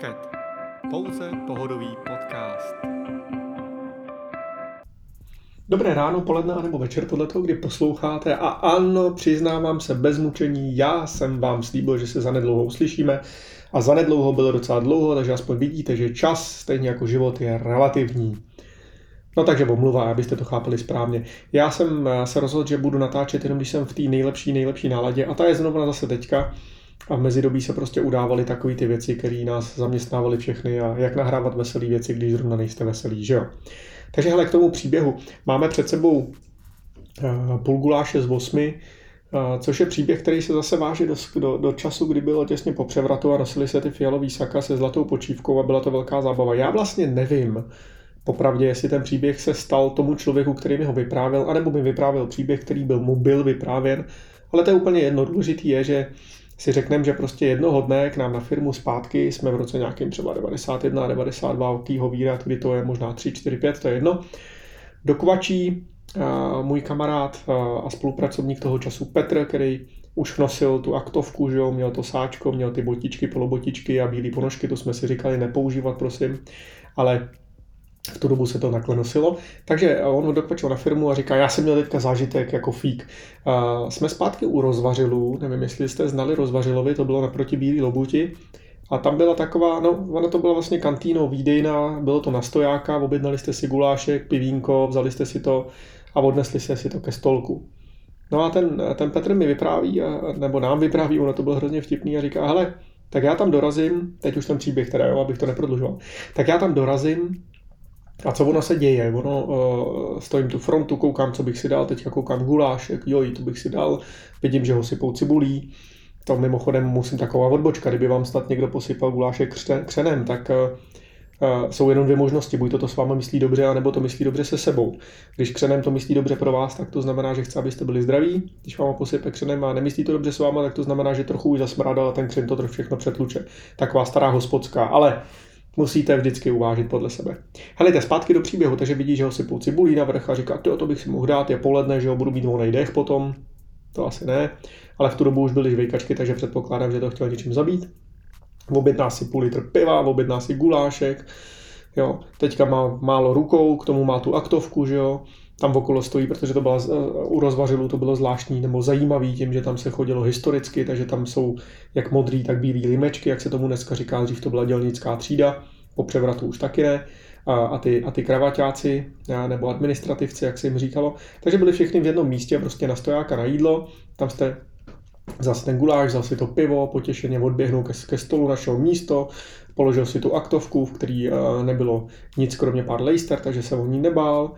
Market. Pouze pohodový podcast. Dobré ráno, poledne nebo večer podle toho, kdy posloucháte. A ano, přiznávám se bez mučení, já jsem vám slíbil, že se zanedlouho uslyšíme. A zanedlouho bylo docela dlouho, takže aspoň vidíte, že čas, stejně jako život, je relativní. No takže omluva, abyste to chápali správně. Já jsem se rozhodl, že budu natáčet jenom když jsem v té nejlepší náladě a ta je znovu zase teďka. A v mezidobí se prostě udávaly takové ty věci, které nás zaměstnávaly všechny a jak nahrávat veselé věci, když zrovna nejste veselí, že jo. Takže hele, k tomu příběhu. Máme před sebou půl guláše z 8, což je příběh, který se zase váží do času, kdy bylo těsně po převratu a nosili se ty fialový saka se zlatou počívkou a byla to velká zábava. Já vlastně nevím, popravdě, jestli ten příběh se stal tomu člověku, který mi ho vyprávěl, anebo mi vyprávěl příběh, který mu byl vyprávěn, ale to je úplně jedno. Důležitý je, že si řekneme, že prostě jednoho dne k nám na firmu zpátky, jsme v roce nějakým třeba 91, 92, okýho vírat, kdy to je možná 3, 4, 5, to je jedno, do Kvačí můj kamarád a spolupracovník toho času Petr, který už nosil tu aktovku, že jo, měl to sáčko, měl ty botičky, polobotičky a bílé ponožky, to jsme si říkali nepoužívat, prosím, ale v tu dobu se to takhle nosilo. Takže on dokvačil na firmu a říká, já jsem měl teďka zážitek jako fík. Jsme zpátky u Rozvařilů, nevím, jestli jste znali Rozvařilovi, to bylo naproti Bílý Lobuti. A tam byla taková, ona to byla vlastně kantýnou výdejna, bylo to na stojáka, objednali jste si gulášek, pivínko, vzali jste si to a odnesli jste si to ke stolku. No a ten Petr mi vypráví, nebo nám vypráví, ono to bylo hrozně vtipný a říká, hele, tak já tam dorazím, teď už ten příběh teda, jo, abych to neprodlužoval, tak já tam dorazím. A co ono se děje? Stojím tu frontu, koukám, co bych si dal, teďka koukám gulášek, to bych si dal, vidím, že ho sypou cibulí. To mimochodem musím taková odbočka, kdyby vám snad někdo posypal gulášek křenem, tak jsou jenom dvě možnosti, buď to s vámi myslí dobře, anebo to myslí dobře se sebou. Když křenem to myslí dobře pro vás, tak to znamená, že chce, abyste byli zdraví. Když vám posype křenem a nemyslí to dobře s váma, tak to znamená, že trochu už zasmrádal a ten křen to všechno přetluče. Taková stará hospodská, ale musíte vždycky uvážit podle sebe. Helejte, zpátky do příběhu, takže vidí, že ho sypou cibulí na vrch a říká, to bych si mohl dát, je poledne, že ho budu mít volnej dech potom. To asi ne, ale v tu dobu už byly žvejkačky, takže předpokládám, že to chtěl něčím zabít. Objedná si půl litr piva, objedná si gulášek, jo. Teďka má málo rukou, k tomu má tu aktovku, že jo. Tam okolo stojí, protože to byla u Rozvařilů to bylo zvláštní nebo zajímavý tím, že tam se chodilo historicky, takže tam jsou jak modrý, tak bílý limečky, jak se tomu dneska říká, dřív to byla dělnická třída, po převratu už taky ne, a ty kravaťáci nebo administrativci, jak se jim říkalo. Takže byli všichni v jednom místě, prostě na stojáka na jídlo, tam jste zase ten guláš, vzal si to pivo, potěšeně odběhnul ke stolu, našel místo, položil si tu aktovku, v který nebylo nic kromě pár lejster, takže se o ní nebál.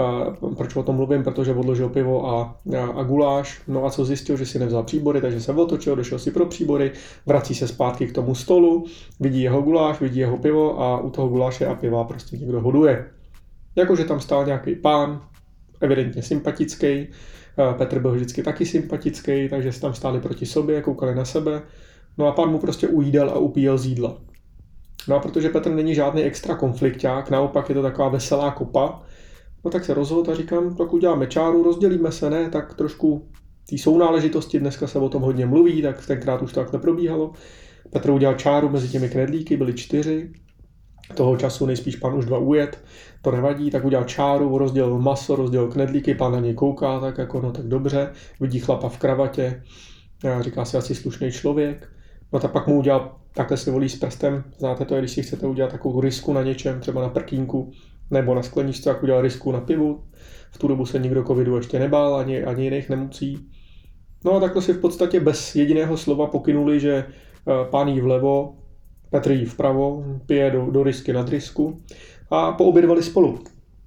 Proč o tom mluvím? Protože odložil pivo a guláš. No a co zjistil, že si nevzal příbory, takže se otočil, došel si pro příbory, vrací se zpátky k tomu stolu, vidí jeho guláš, vidí jeho pivo a u toho guláše a piva prostě někdo hoduje. Jakože tam stál nějaký pán, evidentně sympatický, Petr byl vždycky taky sympatický, takže se tam stáli proti sobě, koukali na sebe. No a pán mu prostě ujídal a upíjel z jídla. No a protože Petr není žádný extra konflikták, naopak je to taková veselá kopa, no tak se rozhodl a říkám, tak uděláme čáru, rozdělíme se, ne, tak trošku té sounáležitosti, dneska se o tom hodně mluví, tak tenkrát už to tak neprobíhalo. Petr udělal čáru mezi těmi knedlíky, byli 4, toho času nejspíš pan už 2 ujet, to nevadí, tak udělal čáru, rozdělil maso, rozdělil knedlíky, pán na něj kouká, tak jako no tak dobře, vidí chlapa v kravatě, říká si asi slušný člověk, no tak pak mu udělal, takhle si volí s prstem, znáte to, když si chcete udělat takovou rysku na něčem, třeba na prkínku, nebo na skleničce, jak udělal rysku na pivu, v tu dobu se nikdo covidu ještě nebál, ani jiných nemocí. No a takhle si v podstatě bez jediného slova pokynuli, že pán jí vlevo, Petr jí vpravo, pije do rysky nad rysku a poobědvali spolu.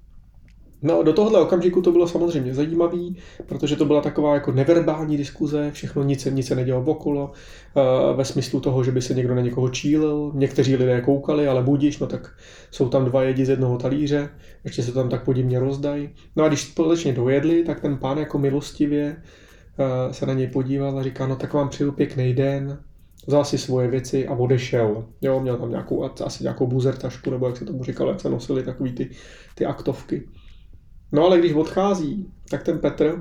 No do tohohle okamžiku to bylo samozřejmě zajímavý, protože to byla taková jako neverbální diskuze, všechno nic se nedělo okolo, ve smyslu toho, že by se někdo na někoho čílil, někteří lidé koukali, ale budiš, no tak jsou tam 2 jedi z jednoho talíře, ještě se tam tak podivně rozdají. No a když společně dojedli, tak ten pán jako milostivě se na něj podíval a říká, no tak vám přeju pěkný den, vzal si svoje věci a odešel. Jo, měl tam nějakou buzertašku, nebo jak se tomu říkalo, jak se nosily takový ty aktovky. No ale když odchází, tak ten Petr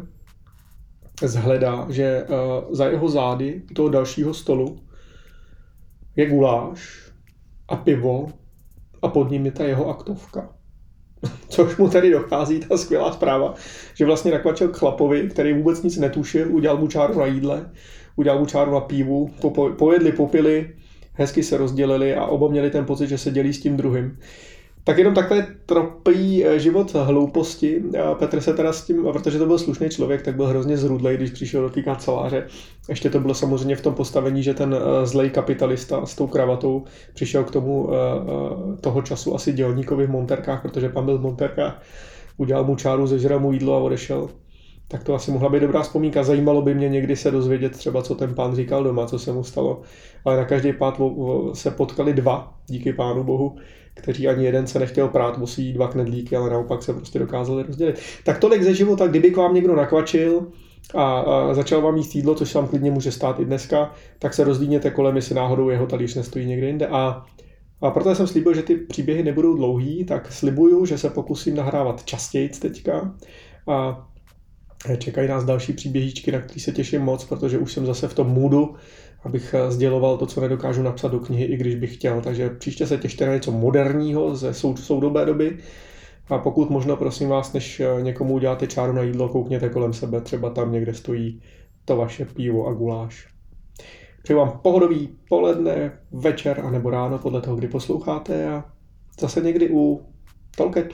zhledá, že za jeho zády toho dalšího stolu je guláš a pivo a pod ním je ta jeho aktovka. Což mu tady dochází ta skvělá zpráva, že vlastně nakvačil k chlapovi, který vůbec nic netušil, udělal mu čáru na jídle, udělal mu čáru na pivu, pojedli, popili, hezky se rozdělili a oba měli ten pocit, že se dělí s tím druhým. Tak jenom takhle tropí život hlouposti. Petr se teda s tím, protože to byl slušný člověk, tak byl hrozně zrudlej, když přišel do té kanceláře. Ještě to bylo samozřejmě v tom postavení, že ten zlej kapitalista s tou kravatou přišel k tomu toho času asi dělníkovi v monterkách, protože pan byl v monterkách, udělal mu čáru, zežral mu jídlo a odešel. Tak to asi mohla být dobrá vzpomínka. Zajímalo by mě někdy se dozvědět třeba, co ten pán říkal doma, co se mu stalo. Ale na každý pád se potkali dva, díky pánu bohu, kteří ani jeden se nechtěl prát o svý dva knedlíky, ale naopak se prostě dokázali rozdělit. Tak tolik ze života, kdyby k vám někdo nakvačil a začal vám jíst jídlo, což vám klidně může stát i dneska, tak se rozlídněte kolem, jestli náhodou jeho talíř nestojí někde jinde. A protože jsem slíbil, že ty příběhy nebudou dlouhý, tak slibuju, že se pokusím nahrávat častěji teďka. A čekají nás další příběhíčky, na který se těším moc, protože už jsem zase v tom moodu, abych sděloval to, co nedokážu napsat do knihy, i když bych chtěl. Takže příště se těšte na něco moderního ze soudobé doby. A pokud možno, prosím vás, než někomu uděláte čáru na jídlo, koukněte kolem sebe, třeba tam někde stojí to vaše pivo a guláš. Přeju vám pohodový poledne, večer a nebo ráno, podle toho, kdy posloucháte, a zase někdy u Tolket.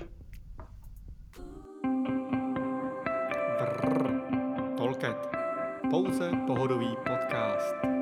Tolket. Pouze pohodový podcast.